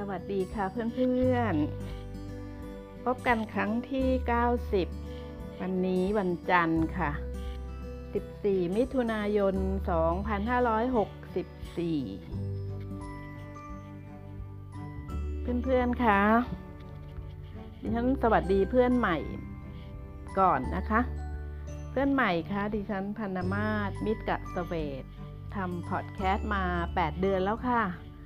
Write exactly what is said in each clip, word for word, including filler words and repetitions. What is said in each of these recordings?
สวัสดีค่ะเพื่อนๆพบกันครั้งที่เก้าสิบวันนี้วันจันทร์ค่ะสิบสี่มิถุนายนสองพันห้าร้อยหกสิบสี่เพื่อนๆค่ะดิฉันสวัสดีเพื่อนใหม่ก่อนนะคะเพื่อนใหม่ค่ะดิฉันพันนมาศมิตรกะเสวตทำพอดแคสต์มาแปดเดือนแล้วค่ะ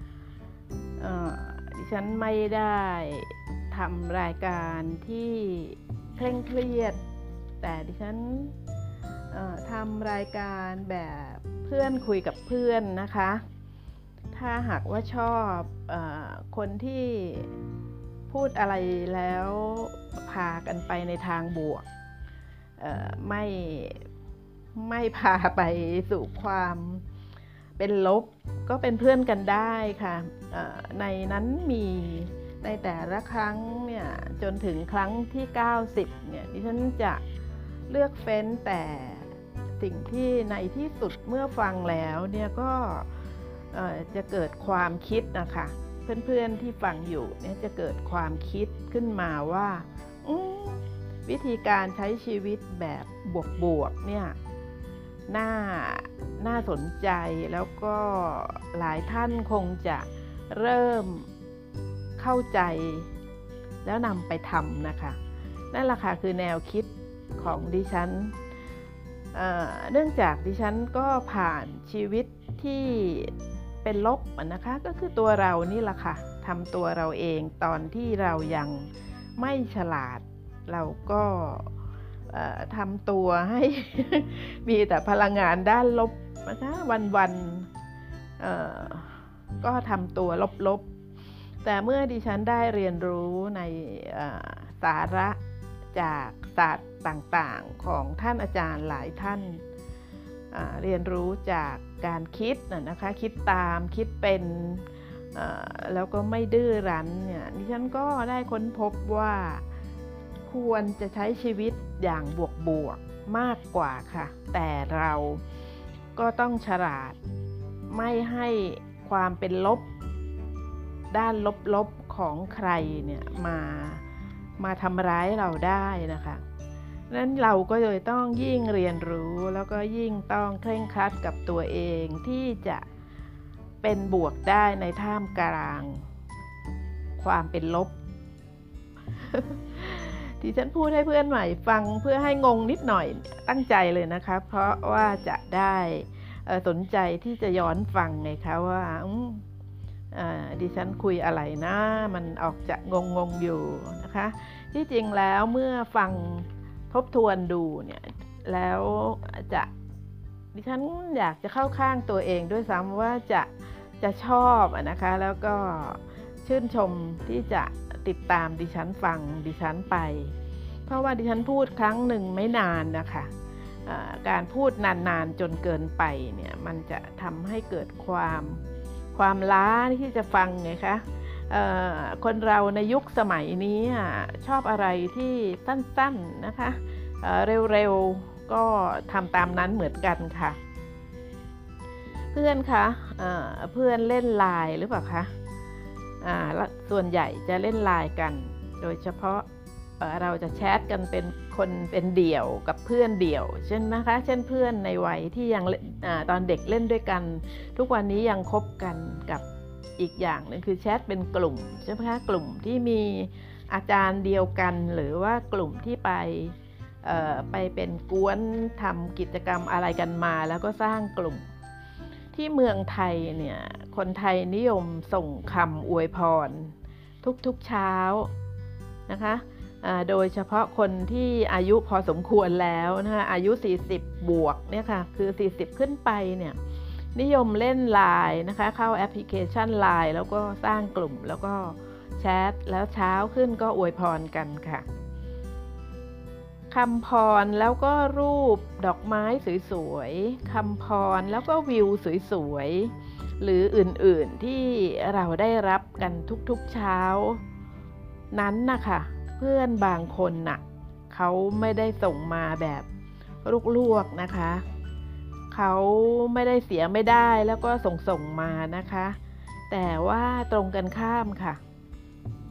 ดิฉันไม่ได้ทำรายการที่เคร่งเครียดแต่ดิฉันทำรายการแบบเพื่อนคุยกับเพื่อนนะคะถ้าหากว่าชอบเอ่อคนที่พูดอะไรแล้วพากันไปในทางบวกไม่ไม่พาไปสู่ความเป็นลบก็เป็นเพื่อนกันได้ค่ะในนั้นมีในแต่ละครั้งเนี่ยจนถึงครั้งที่เก้าสิบเนี่ยดิฉันจะเลือกเฟ้นแต่สิ่งที่ในที่สุดเมื่อฟังแล้วเนี่ยก็จะเกิดความคิดนะคะเพื่อนๆที่ฟังอยู่เนี่ยจะเกิดความคิดขึ้นมาว่าวิธีการใช้ชีวิตแบบบวกๆเนี่ยน่าน่าสนใจแล้วก็หลายท่านคงจะเริ่มเข้าใจแล้วนำไปทำนะคะนั่นแหละค่ะคือแนวคิดของดิฉัน เอ่อ เนื่องจากดิฉันก็ผ่านชีวิตที่เป็นลบนะคะก็คือตัวเรานี่แหละค่ะทำตัวเราเองตอนที่เรายังไม่ฉลาดเราก็ทำตัวให้ มีแต่พลังงานด้านลบนะคะวันๆก็ทำตัวลบๆแต่เมื่อดิฉันได้เรียนรู้ในสาระจากศาสตร์ต่างๆของท่านอาจารย์หลายท่านเรียนรู้จากการคิดนะคะคิดตามคิดเป็นแล้วก็ไม่ดื้อรั้นเนี่ยดิฉันก็ได้ค้นพบว่าควรจะใช้ชีวิตอย่างบวกๆมากกว่าค่ะแต่เราก็ต้องฉลาดไม่ให้ความเป็นลบด้านลบๆของใครเนี่ยมามาทำร้ายเราได้นะคะนั้นเราก็เลยต้องยิ่งเรียนรู้แล้วก็ยิ่งต้องเคร่งครัดกับตัวเองที่จะเป็นบวกได้ในท่ามกลางความเป็นลบ ที่ฉันพูดให้เพื่อนใหม่ฟังเพื่อให้งงนิดหน่อยตั้งใจเลยนะคะเพราะว่าจะได้สนใจที่จะย้อนฟังไงคะว่าดิฉันคุยอะไรนะมันออกจะงงงอยู่นะคะที่จริงแล้วเมื่อฟังทบทวนดูเนี่ยแล้วจะดิฉันอยากจะเข้าข้างตัวเองด้วยซ้ำว่าจะจะชอบนะคะแล้วก็ชื่นชมที่จะติดตามดิฉันฟังดิฉันไปเพราะว่าดิฉันพูดครั้งหนึ่งไม่นานนะคะการพูดนานๆจนเกินไปเนี่ยมันจะทำให้เกิดความความล้าที่จะฟังไงคะคนเราในยุคสมัยนี้ชอบอะไรที่สั้นๆนะคะเร็วๆก็ทำตามนั้นเหมือนกันค่ะเพื่อนคะเพื่อนเล่นไลน์หรือเปล่าคะส่วนใหญ่จะเล่นไลน์กันโดยเฉพาะเราจะแชทกันเป็นคนเป็นเดี่ยวกับเพื่อนเดี่ยวเช่นนะคะเช่นเพื่อนในวัยที่ยังตอนเด็กเล่นด้วยกันทุกวันนี้ยังคบกันกับอีกอย่างนึงคือแชทเป็นกลุ่มใช่ไหมคะกลุ่มที่มีอาจารย์เดียวกันหรือว่ากลุ่มที่ไปไปเป็นกวนทำกิจกรรมอะไรกันมาแล้วก็สร้างกลุ่มที่เมืองไทยเนี่ยคนไทยนิยมส่งคำอวยพรทุกๆเช้านะคะโดยเฉพาะคนที่อายุพอสมควรแล้วนะคะอายุสี่สิบบวกเนี่ยค่ะคือสี่สิบขึ้นไปเนี่ยนิยมเล่น ไลน์ นะคะเข้าแอปพลิเคชัน ไลน์ แล้วก็สร้างกลุ่มแล้วก็แชทแล้วเช้าขึ้นก็อวยพรกันค่ะคำพรแล้วก็รูปดอกไม้สวยๆคำพรแล้วก็วิวสวยๆหรืออื่นๆที่เราได้รับกันทุกๆเช้านั้นนะคะเพื่อนบางคนน่ะเขาไม่ได้ส่งมาแบบลวกๆนะคะเขาไม่ได้เสียไม่ได้แล้วก็ส่งส่งมานะคะแต่ว่าตรงกันข้ามค่ะ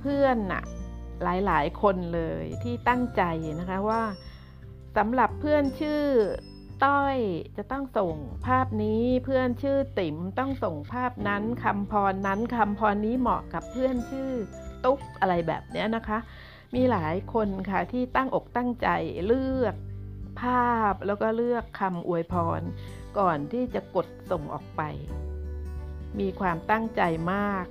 เพื่อนน่ะหลายๆคนเลยที่ตั้งใจนะคะว่าสำหรับเพื่อนชื่อต้อยจะต้องส่งภาพนี้เพื่อนชื่อติ๋มต้องส่งภาพนั้นคำพรนั้นคำพรนี้เหมาะกับเพื่อนชื่อตุ๊กอะไรแบบนี้นะคะมีหลายคนค่ะที่ตั้งอกตั้งใจเลือกภาพแล้วก็เลือกคำอวยพรก่อนที่จะกดส่งออกไปมีความตั้งใจมาก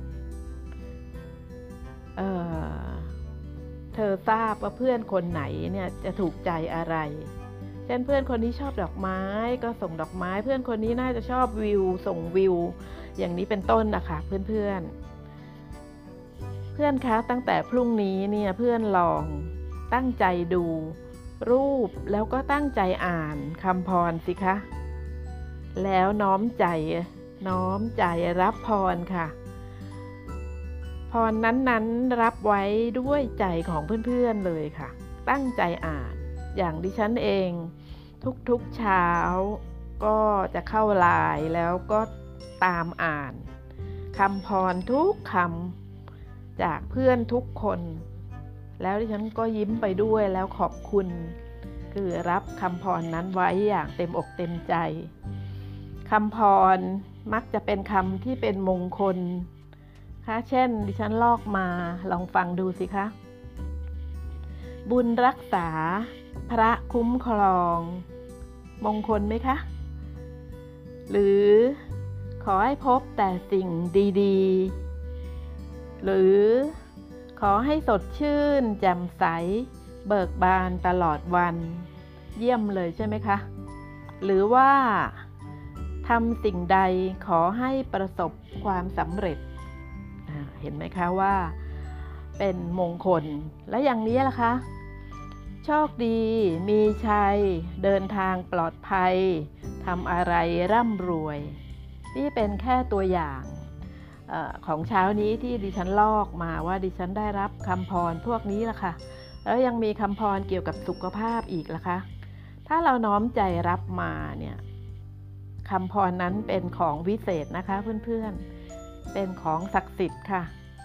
เอ่อเธอทราบว่าเพื่อนคนไหนเนี่ยจะถูกใจอะไรเช่นเพื่อนคนนี้ชอบดอกไม้ก็ส่งดอกไม้เพื่อนคนนี้น่าจะชอบวิวส่งวิวอย่างนี้เป็นต้นนะคะเพื่อนเพื่อนเพื่อนคะตั้งแต่พรุ่งนี้เนี่ยเพื่อนลองตั้งใจดูรูปแล้วก็ตั้งใจอ่านคำพรสิคะแล้วน้อมใจน้อมใจรับพรค่ะพรนั้นๆรับไว้ด้วยใจของเพื่อนๆเลยค่ะตั้งใจอ่านอย่างดิฉันเองทุกๆเช้าก็จะเข้าไลน์แล้วก็ตามอ่านคำพรทุกคำจากเพื่อนทุกคนแล้วดิฉันก็ยิ้มไปด้วยแล้วขอบคุณคือรับคำพรนั้นไว้อย่างเต็มอกเต็มใจคำพรมักจะเป็นคำที่เป็นมงคลค่ะเช่นดิฉันลอกมาลองฟังดูสิคะบุญรักษาพระคุ้มครองมงคลไหมคะหรือขอให้พบแต่สิ่งดีๆหรือขอให้สดชื่นแจ่มใสเบิกบานตลอดวันเยี่ยมเลยใช่ไหมคะหรือว่าทำสิ่งใดขอให้ประสบความสำเร็จเห็นไหมคะว่าเป็นมงคลและอย่างนี้ล่ะคะโชคดีมีชัยเดินทางปลอดภัยทำอะไรร่ำรวยนี่เป็นแค่ตัวอย่างเอ่อของเช้านี้ที่ดิฉันลอกมาว่าดิฉันได้รับคำพรพวกนี้ล่ะค่ะแล้วยังมีคำพรเกี่ยวกับสุขภาพอีกล่ะคะถ้าเราน้อมใจรับมาเนี่ยคำพรนั้นเป็นของวิเศษนะคะเพื่อนๆเป็นของศักดิ์สิทธิ์ค่ะ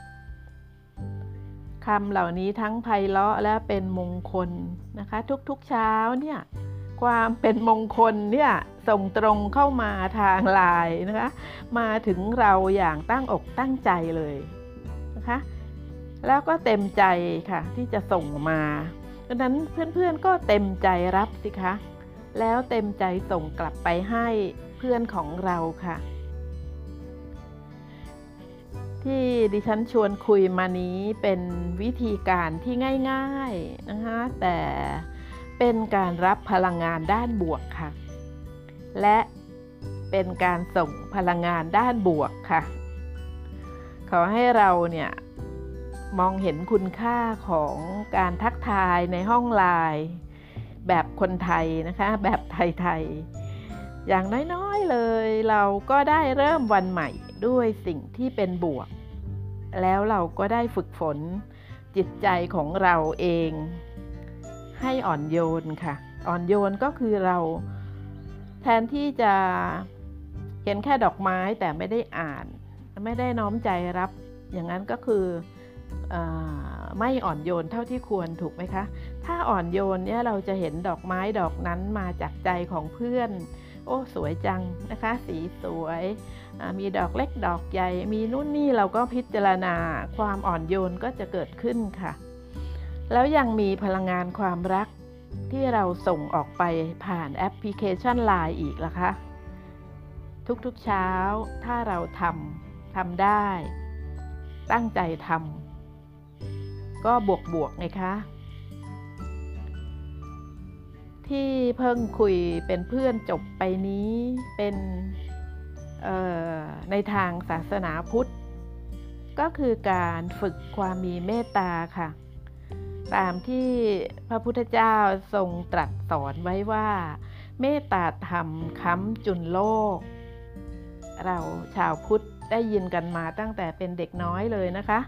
คำเหล่านี้ทั้งไพเราะและเป็นมงคลนะคะทุกๆเช้าเนี่ยความเป็นมงคลเนี่ยส่งตรงเข้ามาทางไลน์นะคะมาถึงเราอย่างตั้งอกตั้งใจเลยนะคะแล้วก็เต็มใจค่ะที่จะส่งมาดังนั้นเพื่อนๆก็เต็มใจรับสิคะแล้วเต็มใจส่งกลับไปให้เพื่อนของเราค่ะที่ดิฉันชวนคุยมานี้เป็นวิธีการที่ง่ายๆนะคะแต่เป็นการรับพลังงานด้านบวกค่ะและเป็นการส่งพลังงานด้านบวกค่ะขอให้เราเนี่ยมองเห็นคุณค่าของการทักทายในห้องไลน์แบบคนไทยนะคะแบบไทยๆอย่างน้อยๆเลยเราก็ได้เริ่มวันใหม่ด้วยสิ่งที่เป็นบวกแล้วเราก็ได้ฝึกฝนจิตใจของเราเองให้อ่อนโยนค่ะอ่อนโยนก็คือเราแทนที่จะเห็นแค่ดอกไม้แต่ไม่ได้อ่านไม่ได้น้อมใจรับอย่างนั้นก็คือเอ่อไม่อ่อนโยนเท่าที่ควรถูกไหมคะถ้าอ่อนโยนเนี่ยเราจะเห็นดอกไม้ดอกนั้นมาจากใจของเพื่อนโอ้สวยจังนะคะสีสวยมีดอกเล็กดอกใหญ่มีนู่นนี่เราก็พิจารณาความอ่อนโยนก็จะเกิดขึ้นค่ะแล้วยังมีพลังงานความรักที่เราส่งออกไปผ่านแอปพลิเคชัน ไลน์ อีกล่ะคะทุกๆเช้าถ้าเราทำทำได้ตั้งใจทำก็บวกๆไงคะที่เพิ่งคุยเป็นเพื่อนจบไปนี้เป็นในทางศาสนาพุทธก็คือการฝึกความมีเมตตาค่ะตามที่พระพุทธเจ้าทรงตรัสสอนไว้ว่าเมตตาธรรมค้ำจุนโลกเราชาวพุทธได้ยินกันมาตั้งแต่เป็นเด็กน้อยเลยนะคะ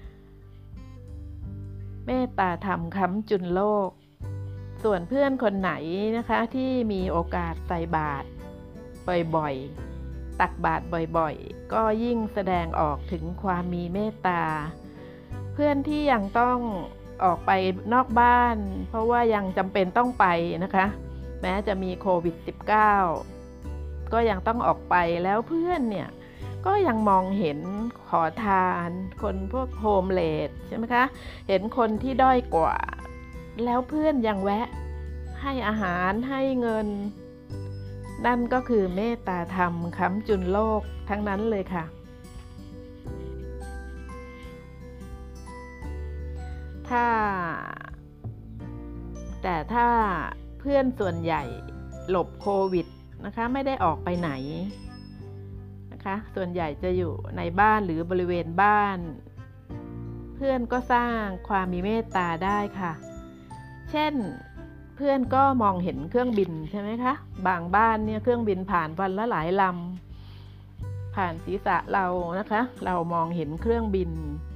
เมตตาธรรมค้ำจุนโลกส่วนเพื่อนคนไหนนะคะที่มีโอกาสใส่บาตรบ่อยๆตักบาตรบ่อยๆก็ยิ่งแสดงออกถึงความมีเมตตาเพื่อนที่ยังต้องออกไปนอกบ้านเพราะว่ายังจำเป็นต้องไปนะคะแม้จะมีโควิด สิบเก้า ก็ยังต้องออกไปแล้วเพื่อนเนี่ยก็ยังมองเห็นขอทานคนพวกโฮมเลสใช่ไหมคะเห็นคนที่ด้อยกว่าแล้วเพื่อนยังแวะให้อาหารให้เงินนั่นก็คือเมตตาธรรมค้ำจุนโลกทั้งนั้นเลยค่ะถ้าแต่ถ้าเพื่อนส่วนใหญ่หลบโควิดนะคะไม่ได้ออกไปไหนนะคะส่วนใหญ่จะอยู่ในบ้านหรือบริเวณบ้านเพื่อนก็สร้างความมีเมตตาได้ค่ะเช่นเพื่อนก็มองเห็นเครื่องบินใช่ไหมคะบางบ้านเนี่ยเครื่องบินผ่านวันละหลายลำผ่านศีรษะเรานะคะเรามองเห็นเครื่องบิน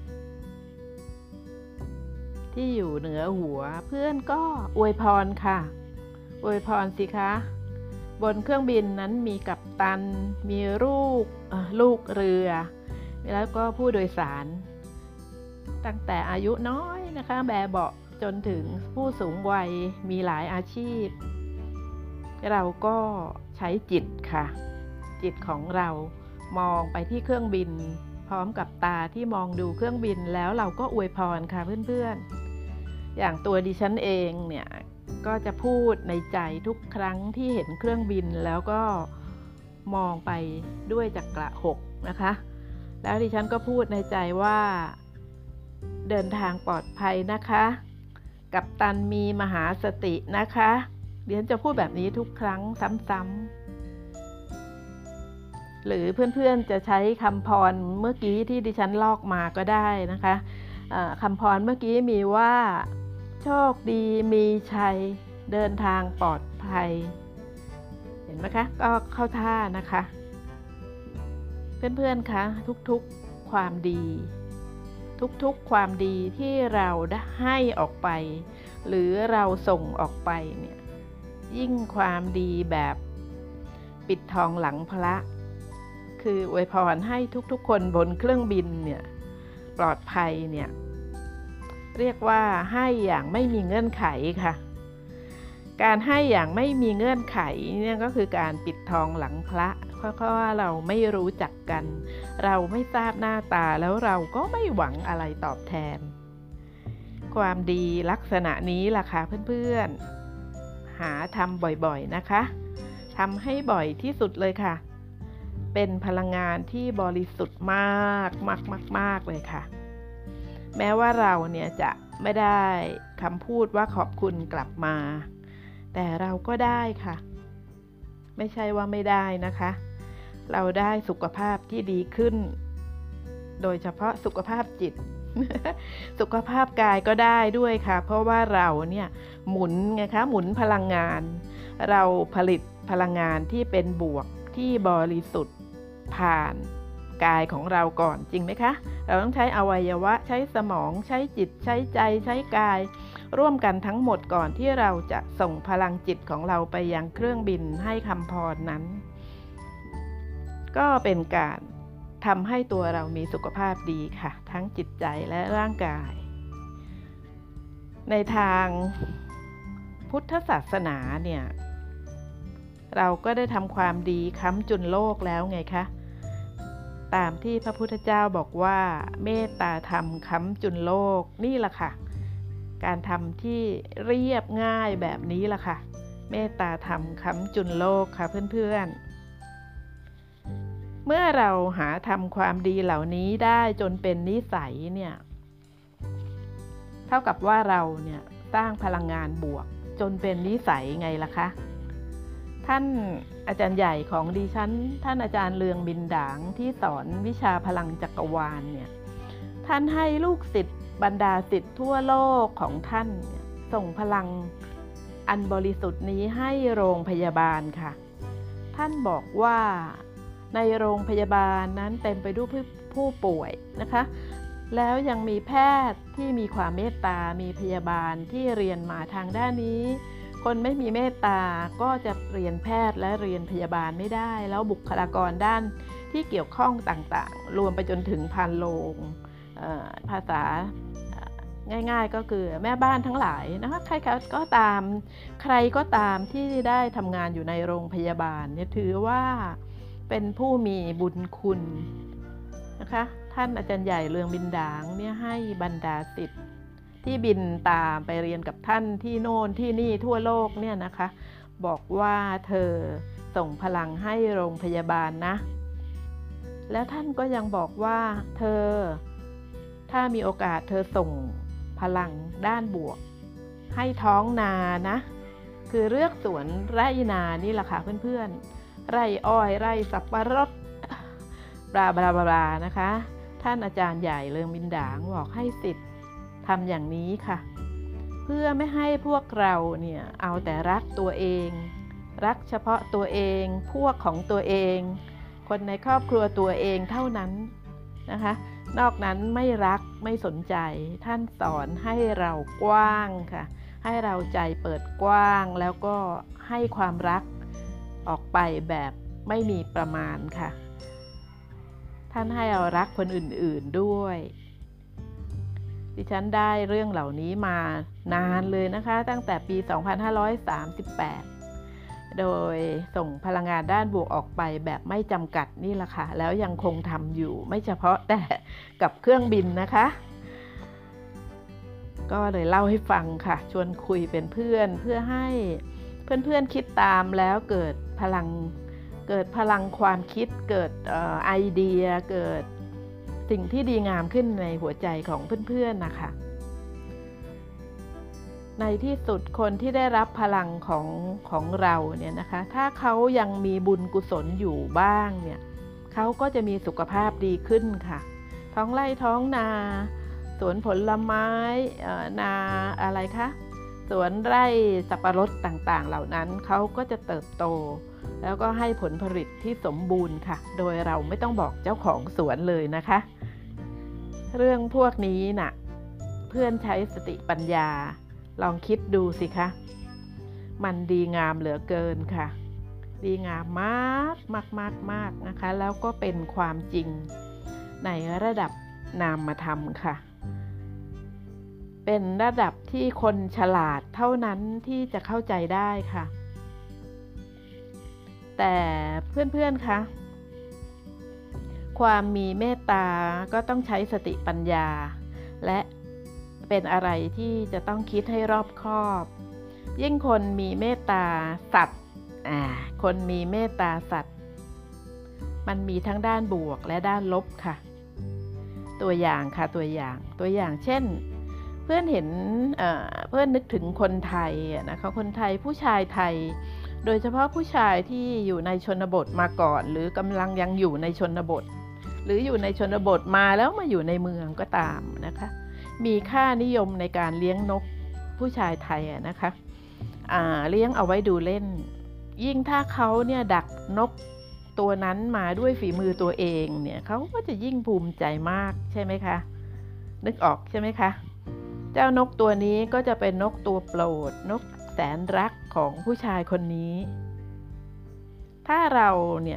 ที่อยู่เหนือหัวเพื่อนก็อวยพรค่ะอวยพรสิคะบนเครื่องบินนั้นมีกัปตันมีลูกลูกเรือแล้วก็ผู้โดยสารตั้งแต่อายุน้อยนะคะแบเบาะจนถึงผู้สูงวัยมีหลายอาชีพเราก็ใช้จิตค่ะจิตของเรามองไปที่เครื่องบินพร้อมกับตาที่มองดูเครื่องบินแล้วเราก็อวยพรค่ะเพื่อนๆอย่างตัวดิฉันเองเนี่ยก็จะพูดในใจทุกครั้งที่เห็นเครื่องบินแล้วก็มองไปด้วยจักระหกนะคะแล้วดิฉันก็พูดในใจว่าเดินทางปลอดภัยนะคะกัปตันมีมหาสตินะคะดิฉันจะพูดแบบนี้ทุกครั้งซ้ำๆหรือเพื่อนๆจะใช้คำพรเมื่อกี้ที่ดิฉันลอกมาก็ได้นะคะคำพรเมื่อกี้มีว่าโชคดีมีชัยเดินทางปลอดภัยเห็นไหมคะก็เข้าท่านะคะเพื่อนๆคะทุกๆความดีทุกๆความดีที่เราได้ให้ออกไปหรือเราส่งออกไปเนี่ยยิ่งความดีแบบปิดทองหลังพระคืออวยพรให้ทุกๆคนบนเครื่องบินเนี่ยปลอดภัยเนี่ยเรียกว่าให้อย่างไม่มีเงื่อนไขค่ะการให้อย่างไม่มีเงื่อนไขเนี่ยก็คือการปิดทองหลังพระเพราะว่าเราไม่รู้จักกันเราไม่ทราบหน้าตาแล้วเราก็ไม่หวังอะไรตอบแทนความดีลักษณะนี้ล่ะค่ะเพื่อนๆหาทำบ่อยๆนะคะทำให้บ่อยที่สุดเลยค่ะเป็นพลังงานที่บริสุทธิ์มากมากมากมากเลยค่ะแม้ว่าเราเนี่ยจะไม่ได้คำพูดว่าขอบคุณกลับมาแต่เราก็ได้ค่ะไม่ใช่ว่าไม่ได้นะคะเราได้สุขภาพที่ดีขึ้นโดยเฉพาะสุขภาพจิต สุขภาพกายก็ได้ด้วยค่ะเพราะว่าเราเนี่ยหมุนไงคะหมุนพลังงานเราผลิตพลังงานที่เป็นบวกที่บริสุทธิ์ผ่านกายของเราก่อนจริงไหมคะเราต้องใช้อวัยวะใช้สมองใช้จิตใช้ใจใช้กายร่วมกันทั้งหมดก่อนที่เราจะส่งพลังจิตของเราไปยังเครื่องบินให้คำพรนั้นก็เป็นการทำให้ตัวเรามีสุขภาพดีค่ะทั้งจิตใจและร่างกายในทางพุทธศาสนาเนี่ยเราก็ได้ทำความดีค้ำจุนโลกแล้วไงคะตามที่พระพุทธเจ้าบอกว่าเมตตาธรรมค้ำจุนโลกนี่แหละค่ะการทำที่เรียบง่ายแบบนี้ล่ะค่ะเมตตาธรรมค้ำจุนโลกค่ะเพื่อนๆเมื่อเราหาทำความดีเหล่านี้ได้จนเป็นนิสัยเนี่ยเท่ากับว่าเราเนี่ยสร้างพลังงานบวกจนเป็นนิสัยไงล่ะคะท่านอาจารย์ใหญ่ของดิฉันท่านอาจารย์เลืองบินด่างที่สอนวิชาพลังจักรวาลเนี่ยท่านให้ลูกศิษย์บรรดาศิษย์ทั่วโลกของท่านเนี่ยส่งพลังอันบริสุทธิ์นี้ให้โรงพยาบาลค่ะท่านบอกว่าในโรงพยาบาลนั้นเต็มไปด้วยผู้ป่วยนะคะแล้วยังมีแพทย์ที่มีความเมตตามีพยาบาลที่เรียนมาทางด้านนี้คนไม่มีเมตตาก็จะเรียนแพทย์และเรียนพยาบาลไม่ได้แล้วบุคลากรด้านที่เกี่ยวข้องต่างๆรวมไปจนถึงพานโรงภาษาง่ายๆก็คือแม่บ้านทั้งหลายนะคะใครก็ตามใครก็ตามที่ได้ทำงานอยู่ในโรงพยาบาลเนี่ยถือว่าเป็นผู้มีบุญคุณนะคะท่านอาจารย์ใหญ่เรืองบินดางเนี่ยให้บรรดาศิษย์ที่บินตามไปเรียนกับท่านที่โน่นที่นี่ทั่วโลกเนี่ยนะคะบอกว่าเธอส่งพลังให้โรงพยาบาลนะแล้วท่านก็ยังบอกว่าเธอถ้ามีโอกาสเธอส่งพลังด้านบวกให้ท้องนานะคือเลือกสวนไร่นานี่แหละค่ะเพื่อนๆไร่อ้อยไร่สับปะรดบลาบลาบลานะคะท่านอาจารย์ใหญ่เรืองบินดางบอกให้ศิษย์ทำอย่างนี้ค่ะเพื่อไม่ให้พวกเราเนี่ยเอาแต่รักตัวเองรักเฉพาะตัวเองพวกของตัวเองคนในครอบครัวตัวเองเท่านั้นนะคะนอกนั้นไม่รักไม่สนใจท่านสอนให้เรากว้างค่ะให้เราใจเปิดกว้างแล้วก็ให้ความรักออกไปแบบไม่มีประมาณค่ะท่านให้เรารักคนอื่นๆด้วยดิฉันได้เรื่องเหล่านี้มานานเลยนะคะตั้งแต่ปีสองพันห้าร้อยสามสิบแปดโดยส่งพลังงานด้านบวกออกไปแบบไม่จำกัดนี่แหละค่ะแล้วยังคงทำอยู่ไม่เฉพาะแต่กับเครื่องบินนะคะก็เลยเล่าให้ฟังค่ะชวนคุยเป็นเพื่อนเพื่อให้เพื่อนๆคิดตามแล้วเกิดพลังเกิดพลังความคิดเกิดเอ่อไอเดียเกิดสิ่งที่ดีงามขึ้นในหัวใจของเพื่อนๆนะคะในที่สุดคนที่ได้รับพลังของของเราเนี่ยนะคะถ้าเขายังมีบุญกุศลอยู่บ้างเนี่ยเขาก็จะมีสุขภาพดีขึ้นค่ะท้องไร่ท้องนาสวนผลไม้นาอะไรคะสวนไร่สับปะรดต่างๆเหล่านั้นเขาก็จะเติบโตแล้วก็ให้ผลผลิตที่สมบูรณ์ค่ะโดยเราไม่ต้องบอกเจ้าของสวนเลยนะคะเรื่องพวกนี้น่ะเพื่อนใช้สติปัญญาลองคิดดูสิคะมันดีงามเหลือเกินค่ะดีงามมากมากมากมากนะคะแล้วก็เป็นความจริงในระดับนามธรรมค่ะเป็นระดับที่คนฉลาดเท่านั้นที่จะเข้าใจได้ค่ะแต่เพื่อนๆคะความมีเมตตาก็ต้องใช้สติปัญญาและเป็นอะไรที่จะต้องคิดให้รอบคอบยิ่งคนมีเมตตาสัตว์อ่าคนมีเมตตาสัตว์มันมีทั้งด้านบวกและด้านลบค่ะตัวอย่างค่ะตัวอย่างตัวอย่างเช่นเพื่อนเห็นเอ่อเพื่อนนึกถึงคนไทยนะคะคนไทยผู้ชายไทยโดยเฉพาะผู้ชายที่อยู่ในชนบทมาก่อนหรือกำลังยังอยู่ในชนบทหรืออยู่ในชนบทมาแล้วมาอยู่ในเมืองก็ตามนะคะมีค่านิยมในการเลี้ยงนกผู้ชายไทยนะคะอ่าเลี้ยงเอาไว้ดูเล่นยิ่งถ้าเขาเนี่ยดักนกตัวนั้นมาด้วยฝีมือตัวเองเนี่ยเขาก็จะยิ่งภูมิใจมากใช่ไหมคะนึกออกใช่ไหมคะเจ้านกตัวนี้ก็จะเป็นนกตัวโปรดนกแสนรักของผู้ชายคนนี้ถ้าเราเนี่ย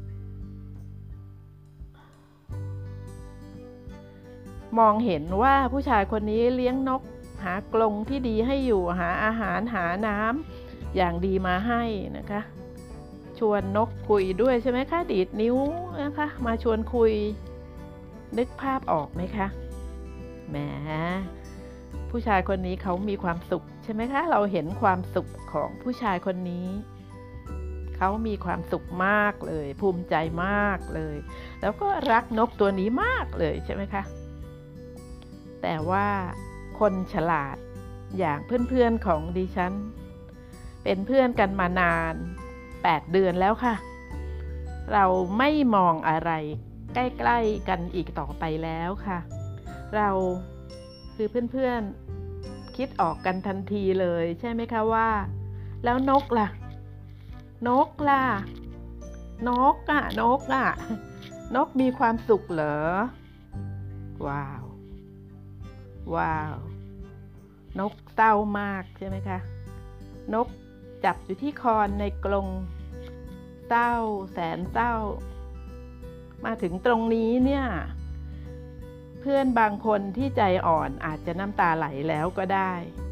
มองเห็นว่าผู้ชายคนนี้เลี้ยงนกหากรงที่ดีให้อยู่หาอาหารหาน้ำอย่างดีมาให้นะคะชวนนกคุยด้วยใช่ไหมคะดีดนิ้วนะคะมาชวนคุยนึกภาพออกไหมคะแหมผู้ชายคนนี้เขามีความสุขใช่ไหมคะเราเห็นความสุขของผู้ชายคนนี้เขามีความสุขมากเลยภูมิใจมากเลยแล้วก็รักนกตัวนี้มากเลยใช่ไหมคะแต่ว่าคนฉลาดอย่างเพื่อนๆของดิฉันเป็นเพื่อนกันมานานแปดเดือนแล้วค่ะเราไม่มองอะไรใกล้ๆกันอีกต่อไปแล้วค่ะเราคือเพื่อนๆคิดออกกันทันทีเลยใช่ไหมคะว่าแล้วนกล่ะนกล่ะนกอ่ะนกอ่ะนกมีความสุขเหรอว้าวว้าวนกเศร้ามากใช่ไหมคะนกจับอยู่ที่คอนในกรงเศร้าแสนเศร้ามาถึงตรงนี้เนี่ยเพื่อนๆบางคนที่ใจอ่อนอาจจะน้ำตาไหลแล้วก็ได้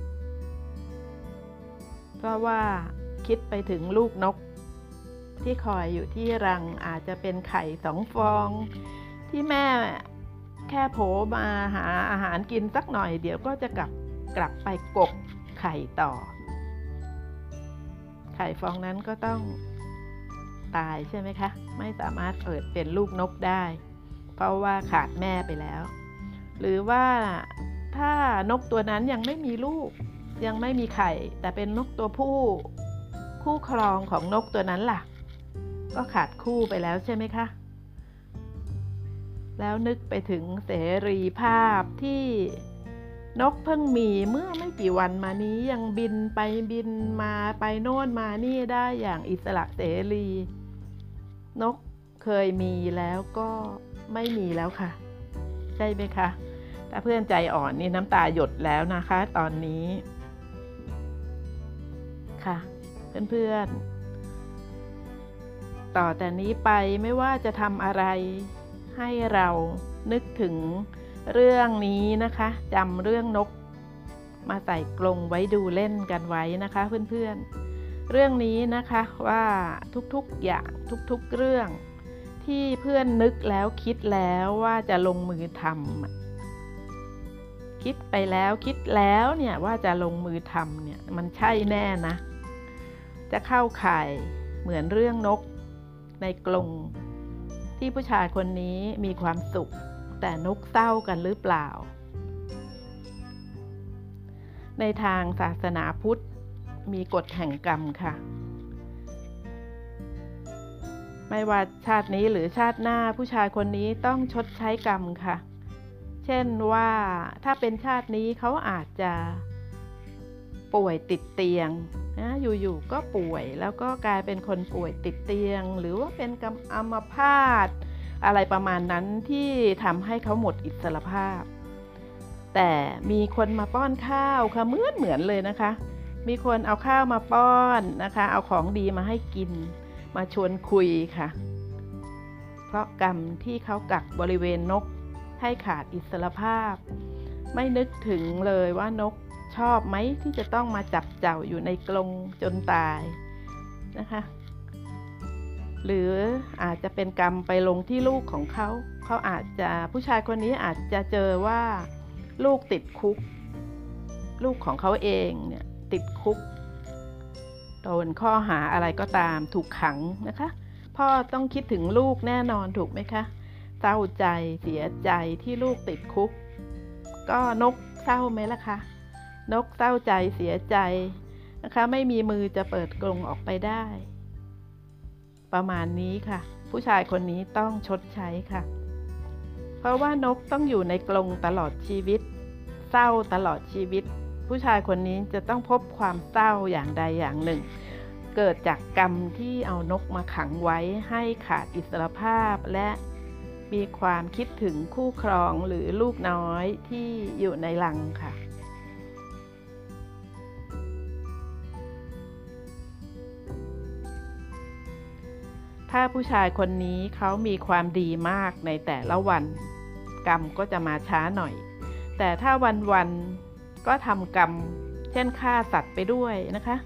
เพราะว่าคิดไปถึงลูกนกที่คอยอยู่ที่รังอาจจะเป็นไข่สองฟองที่แม่แค่โผล่มาหาอาหารกินสักหน่อยเดี๋ยวก็จะกลับกลับไปกกไข่ต่อไข่ฟองนั้นก็ต้องตายใช่ไหมคะไม่สามารถเกิดเป็นลูกนกได้เพราะว่าขาดแม่ไปแล้วหรือว่าถ้านกตัวนั้นยังไม่มีลูกยังไม่มีไข่แต่เป็นนกตัวผู้คู่ครองของนกตัวนั้นล่ะก็ขาดคู่ไปแล้วใช่ไหมคะแล้วนึกไปถึงเสรีภาพที่นกเพิ่งมีเมื่อไม่กี่วันมานี้ยังบินไปบินมาไปโน่นมานี่ได้อย่างอิสระเสรีนกเคยมีแล้วก็ไม่มีแล้วค่ะใช่ไหมคะถ้าเพื่อนใจอ่อนนี่น้ำตาหยดแล้วนะคะตอนนี้ค่ะเพื่อนๆต่อแต่นี้ไปไม่ว่าจะทำอะไรให้เรานึกถึงเรื่องนี้นะคะจำเรื่องนกมาใส่กรงไว้ดูเล่นกันไว้นะคะเพื่อนๆเรื่องนี้นะคะว่าทุกๆอย่างทุกๆเรื่องที่เพื่อนนึกแล้วคิดแล้วว่าจะลงมือทำคิดไปแล้วคิดแล้วเนี่ยว่าจะลงมือทำเนี่ยมันใช่แน่นะจะเข้าข่ายเหมือนเรื่องนกในกรงที่ผู้ชายคนนี้มีความสุขแต่นกเศร้ากันหรือเปล่าในทางศาสนาพุทธมีกฎแห่งกรรมค่ะไม่ว่าชาตินี้หรือชาติหน้าผู้ชายคนนี้ต้องชดใช้กรรมค่ะเช่นว่าถ้าเป็นชาตินี้เขาอาจจะป่วยติดเตียงนะอยู่ๆก็ป่วยแล้วก็กลายเป็นคนป่วยติดเตียงหรือว่าเป็นอัมพาตอะไรประมาณนั้นที่ทำให้เขาหมดอิสรภาพแต่มีคนมาป้อนข้าวค่ะเหมือนเหมือนเลยนะคะมีคนเอาข้าวมาป้อนนะคะเอาของดีมาให้กินมาชวนคุยค่ะเพราะกรรมที่เขากักบริเวณนกให้ขาดอิสรภาพไม่นึกถึงเลยว่านกชอบไหมที่จะต้องมาจับเจ้าอยู่ในกรงจนตายนะคะหรืออาจจะเป็นกรรมไปลงที่ลูกของเขาเขาอาจจะผู้ชายคนนี้อาจจะเจอว่าลูกติดคุกลูกของเขาเองเนี่ยติดคุกโดนข้อหาอะไรก็ตามถูกขังนะคะพ่อต้องคิดถึงลูกแน่นอนถูกไหมคะเศร้าใจเสียใจที่ลูกติดคุกก็นกเศร้าไหมล่ะคะนกเศร้าใจเสียใจนะคะไม่มีมือจะเปิดกรงออกไปได้ประมาณนี้ค่ะผู้ชายคนนี้ต้องชดใช้ค่ะเพราะว่านกต้องอยู่ในกรงตลอดชีวิตเศร้าตลอดชีวิตผู้ชายคนนี้จะต้องพบความเศร้าอย่างใดอย่างหนึ่งเกิดจากกรรมที่เอานกมาขังไว้ให้ขาดอิสรภาพและมีความคิดถึงคู่ครองหรือลูกน้อยที่อยู่ในรังค่ะถ้าผู้ชายคนนี้เขามีความดีมากในแต่ละวันกรรมก็จะมาช้าหน่อยแต่ถ้าวันๆก็ทำกรรมเช่นฆ่าสัตว์ไปด้วยนะคะ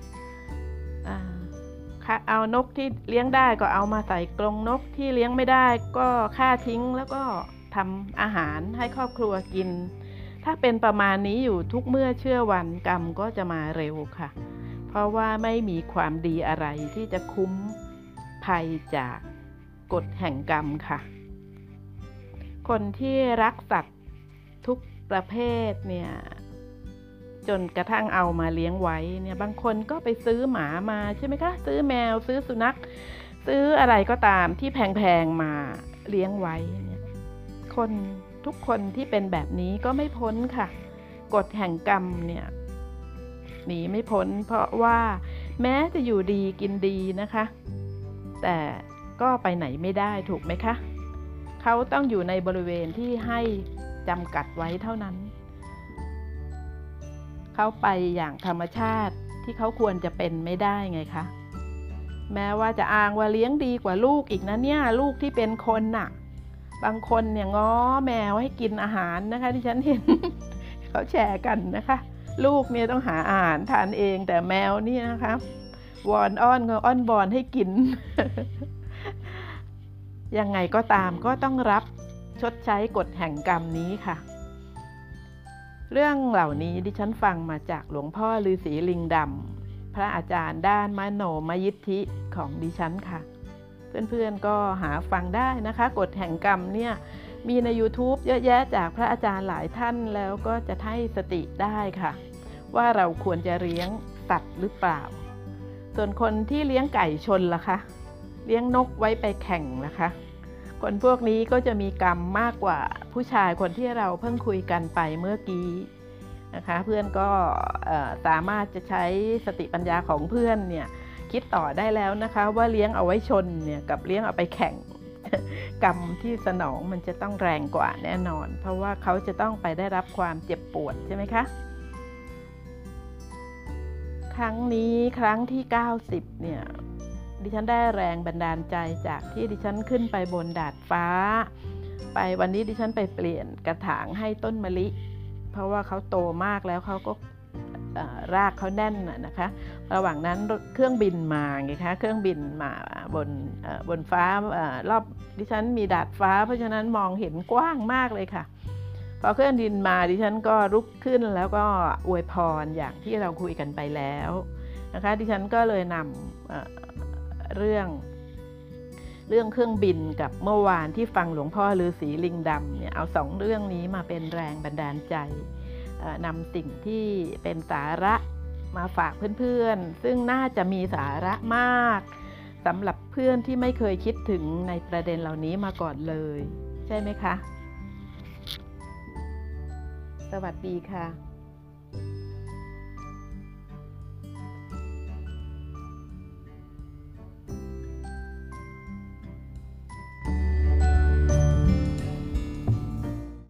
เอานกที่เลี้ยงได้ก็เอามาใส่กรงนกที่เลี้ยงไม่ได้ก็ฆ่าทิ้งแล้วก็ทำอาหารให้ครอบครัวกินถ้าเป็นประมาณนี้อยู่ทุกเมื่อเชื่อวันกรรมก็จะมาเร็วค่ะเพราะว่าไม่มีความดีอะไรที่จะคุ้มภัยจากกฎแห่งกรรมค่ะคนที่รักสัตว์ทุกประเภทเนี่ยจนกระทั่งเอามาเลี้ยงไว้เนี่ยบางคนก็ไปซื้อหมามาใช่ไหมคะซื้อแมวซื้อสุนัขซื้ออะไรก็ตามที่แพงๆมาเลี้ยงไว้เนี่ยคนทุกคนที่เป็นแบบนี้ก็ไม่พ้นค่ะกฎแห่งกรรมเนี่ยหนีไม่พ้นเพราะว่าแม้จะอยู่ดีกินดีนะคะแต่ก็ไปไหนไม่ได้ถูกไหมคะเขาต้องอยู่ในบริเวณที่ให้จำกัดไว้เท่านั้นเขาไปอย่างธรรมชาติที่เขาควรจะเป็นไม่ได้ไงคะแม้ว่าจะอ้างว่าเลี้ยงดีกว่าลูกอีกนะเนี่ยลูกที่เป็นคนน่ะบางคนเนี่ยง้อแมวให้กินอาหารนะคะที่ฉันเห็น เขาแชร์กันนะคะลูกเนี่ยต้องหาอาหารทานเองแต่แมวนี่นะคะวอนอ้อนก็อ้อนบอนให้กิน ยังไงก็ตามก็ต้องรับชดใช้กฎแห่งกรรมนี้ค่ะเรื่องเหล่านี้ดิฉันฟังมาจากหลวงพ่อฤาษีลิงดำพระอาจารย์ด้านมโนมยิทธิของดิฉันค่ะเพื่อนๆก็หาฟังได้นะคะกฎแห่งกรรมเนี่ยมีใน ยูทูบ เยอะแยะจากพระอาจารย์หลายท่านแล้วก็จะให้สติได้ค่ะว่าเราควรจะเลี้ยงสัตว์หรือเปล่าส่วนคนที่เลี้ยงไก่ชนล่ะคะเลี้ยงนกไว้ไปแข่งนะคะคนพวกนี้ก็จะมีกรรมมากกว่าผู้ชายคนที่เราเพิ่งคุยกันไปเมื่อกี้นะคะเพื่อนก็สามารถจะใช้สติปัญญาของเพื่อนเนี่ยคิดต่อได้แล้วนะคะว่าเลี้ยงเอาไว้ชนเนี่ยกับเลี้ยงเอาไปแข่ง กรรมที่สนองมันจะต้องแรงกว่าแน่นอนเพราะว่าเขาจะต้องไปได้รับความเจ็บปวดใช่ไหมคะครั้งนี้ครั้งที่เก้าสิบเนี่ยดิฉันได้แรงบันดาลใจจากที่ดิฉันขึ้นไปบนดาดฟ้าไปวันนี้ดิฉันไปเปลี่ยนกระถางให้ต้นมะลิเพราะว่าเขาโตมากแล้วเขาก็รากเขาแน่นนะคะระหว่างนั้นเครื่องบินมาไงคะเครื่องบินมาบนบนฟ้ารอบดิฉันมีดาดฟ้าเพราะฉะนั้นมองเห็นกว้างมากเลยค่ะพอเครื่องบินมาดิฉันก็ลุกขึ้นแล้วก็อวยพรอย่างที่เราคุยกันไปแล้วนะคะดิฉันก็เลยนำเรื่องเรื่องเครื่องบินกับเมื่อวานที่ฟังหลวงพ่อฤาษีลิงดำเนี่ยเอาสองเรื่องนี้มาเป็นแรงบันดาลใจนำสิ่งที่เป็นสาระมาฝากเพื่อนๆซึ่งน่าจะมีสาระมากสำหรับเพื่อนที่ไม่เคยคิดถึงในประเด็นเหล่านี้มาก่อนเลยใช่ไหมคะสวัสดีค่ะ